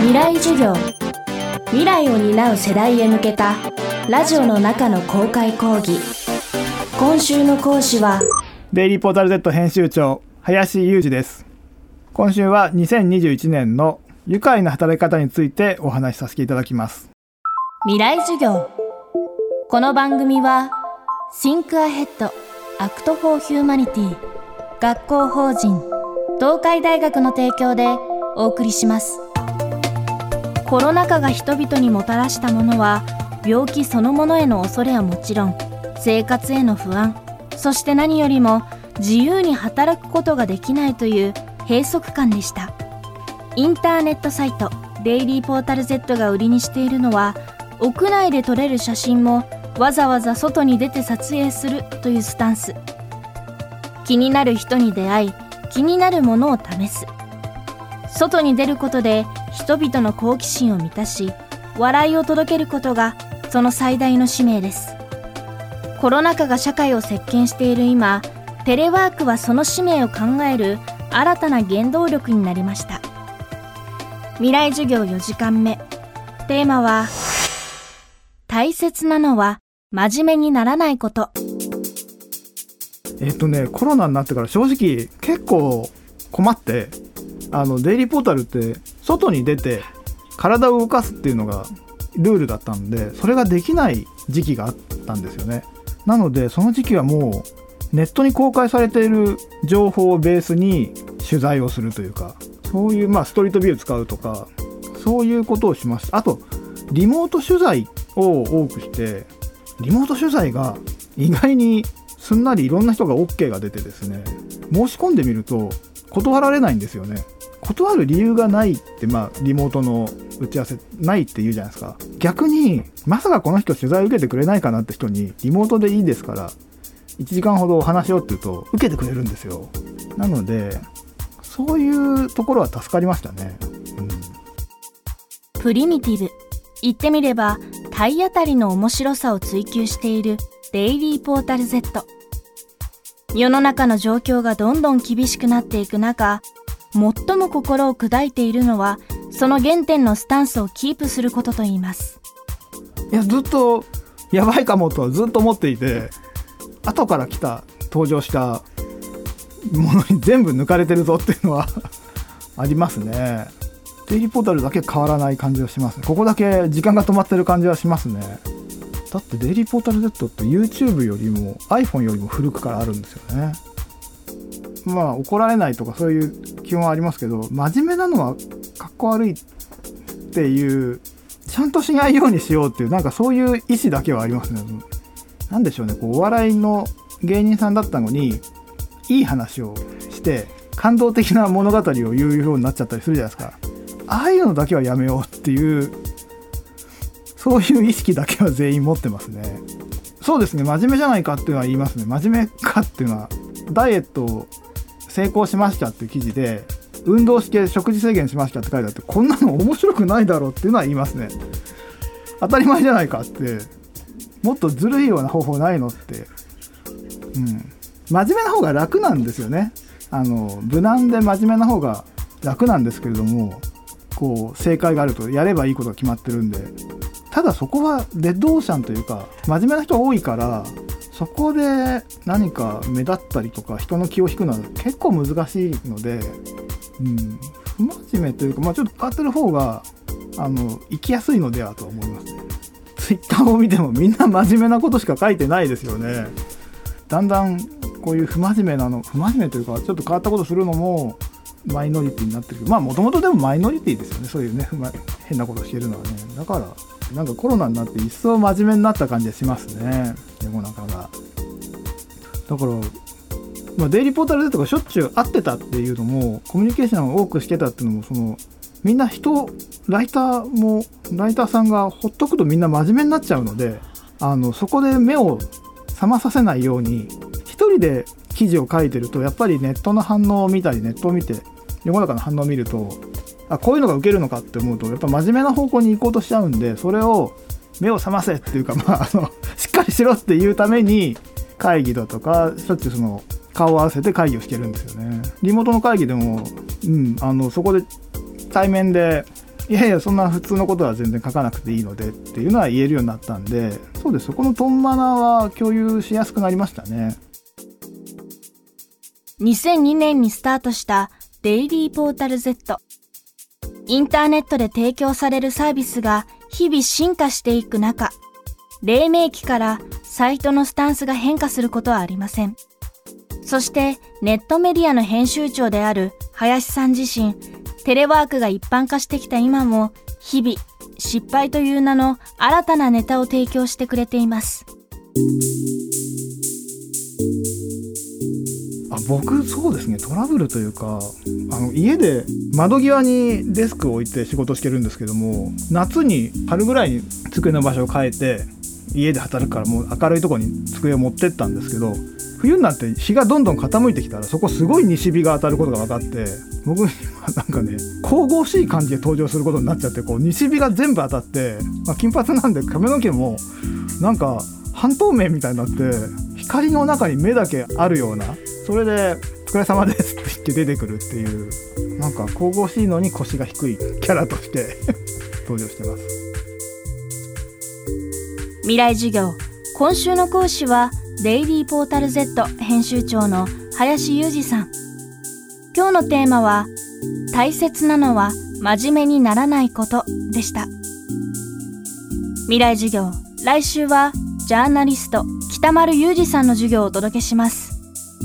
未来授業、未来を担う世代へ向けたラジオの中の公開講義。今週の講師はデイリーポータル Z 編集長林裕二です。今週は2021年の愉快な働き方についてお話しさせていただきます。 未来授業。この番組は Think Ahead Act for Humanity 学校法人東海大学の提供でお送りします。コロナ禍が人々にもたらしたものは、病気そのものへの恐れはもちろん、生活への不安、そして何よりも自由に働くことができないという閉塞感でした。インターネットサイトデイリーポータル Z が売りにしているのは、屋内で撮れる写真もわざわざ外に出て撮影するというスタンス。気になる人に出会い、気になるものを試す。外に出ることで人々の好奇心を満たし、笑いを届けることがその最大の使命です。コロナ禍が社会を席巻している今、テレワークはその使命を考える新たな原動力になりました。未来授業4時間目。テーマは、大切なのは真面目にならないこと。 コロナになってから正直結構困って、デイリーポータルって外に出て体を動かすっていうのがルールだったんで、それができない時期があったんですよね。なのでその時期はもうネットに公開されている情報をベースに取材をするというか、そういうストリートビュー使うとか、そういうことをしました。あとリモート取材を多くして、リモート取材が意外にすんなりいろんな人が OK が出てですね、申し込んでみると断られないんですよね。断る理由がないって、リモートの打ち合わせないって言うじゃないですか。逆にまさかこの人取材受けてくれないかなって人に、リモートでいいですから1時間ほどお話をって言うと受けてくれるんですよ。なのでそういうところは助かりましたね。 プリミティブ、言ってみれば体当たりの面白さを追求しているデイリーポータル Z。 世の中の状況がどんどん厳しくなっていく中、最も心を砕いているのは、その原点のスタンスをキープすることといいます。 ずっとやばいかもとずっと思っていて、後から登場したものに全部抜かれてるぞっていうのはありますね。デイリーポータルだけ変わらない感じがしますね。ここだけ時間が止まってる感じはしますね。だってデイリーポータル Z って YouTube よりも iPhone よりも古くからあるんですよね。怒られないとかそういう基本はありますけど、真面目なのはかっこ悪いっていう、ちゃんとしないようにしようっていう、そういう意思だけはありますね。なんでしょうね、お笑いの芸人さんだったのにいい話をして感動的な物語を言うようになっちゃったりするじゃないですか。ああいうのだけはやめようっていう、そういう意識だけは全員持ってますね。そうですね、真面目じゃないかっていうのは言いますね。真面目かっていうのは、ダイエットを成功しましたっていう記事で、運動して食事制限しましたって書いてあって、こんなの面白くないだろうっていうのは言いますね。当たり前じゃないかって、もっとずるいような方法ないのって、真面目な方が楽なんですよね。無難で真面目な方が楽なんですけれども、正解があるとやればいいことが決まってるんで、ただそこはレッドオーシャンというか、真面目な人多いから、そこで何か目立ったりとか人の気を引くのは結構難しいので、不真面目というか、ちょっと変わってる方が生きやすいのではと思いますね。ツイッターを見てもみんな真面目なことしか書いてないですよね。だんだんこういう不真面目というか、ちょっと変わったことするのもマイノリティになってる。もともとでもマイノリティですよね、そういうね、変なことしてるのはね。だからコロナになって一層真面目になった感じがしますね、世の中が。だから、デイリーポータル Z がしょっちゅう会ってたっていうのも、コミュニケーションを多くしてたっていうのも、みんなライターさんがほっとくとみんな真面目になっちゃうので、そこで目を覚まさせないように、一人で記事を書いてると、やっぱりネットの反応を見たり、ネットを見て世の中の反応を見ると、こういうのが受けるのかって思うと、やっぱ真面目な方向に行こうとしちゃうんで、それを目を覚ませっていうか、しっかりしろっていうために会議だとかしょっちゅう顔を合わせて会議をしてるんですよね。リモートの会議でも、そこで対面でいやいやそんな普通のことは全然書かなくていいのでっていうのは言えるようになったんで、そうです、そこのトンマナは共有しやすくなりましたね。 2002年にスタートしたデイリーポータル Z。インターネットで提供されるサービスが日々進化していく中、黎明期からサイトのスタンスが変化することはありません。そしてネットメディアの編集長である林さん自身、テレワークが一般化してきた今も日々失敗という名の新たなネタを提供してくれています。 僕そうですね、トラブルというか家で窓際にデスクを置いて仕事してるんですけども、夏に春ぐらいに机の場所を変えて家で働くからもう明るいところに机を持ってったんですけど、冬になって日がどんどん傾いてきたらそこすごい西日が当たることが分かって、僕にはなんかね神々しい感じで登場することになっちゃって、こう西日が全部当たって、金髪なんで髪の毛もなんか半透明みたいになって光の中に目だけあるような、それでお疲れ様ですって言って出てくるっていう、なんか神々しいのに腰が低いキャラとして登場してます。 未来授業、今週の講師はデイリーポータル Z 編集長の林裕二さん。今日のテーマは大切なのは真面目にならないことでした。未来授業、来週はジャーナリスト北丸裕二さんの授業をお届けします。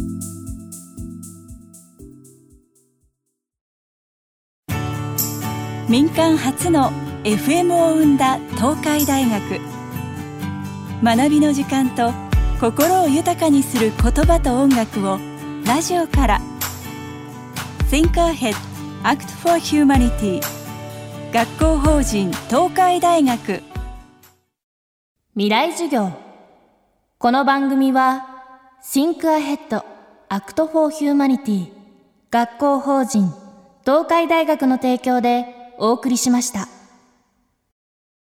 民間初の FM を生んだ東海大学。学びの時間と心を豊かにする言葉と音楽をラジオから。 Think Ahead Act for Humanity 学校法人東海大学。 未来授業。この番組は Think Ahead Act for Humanity 学校法人東海大学の提供でお送りしました。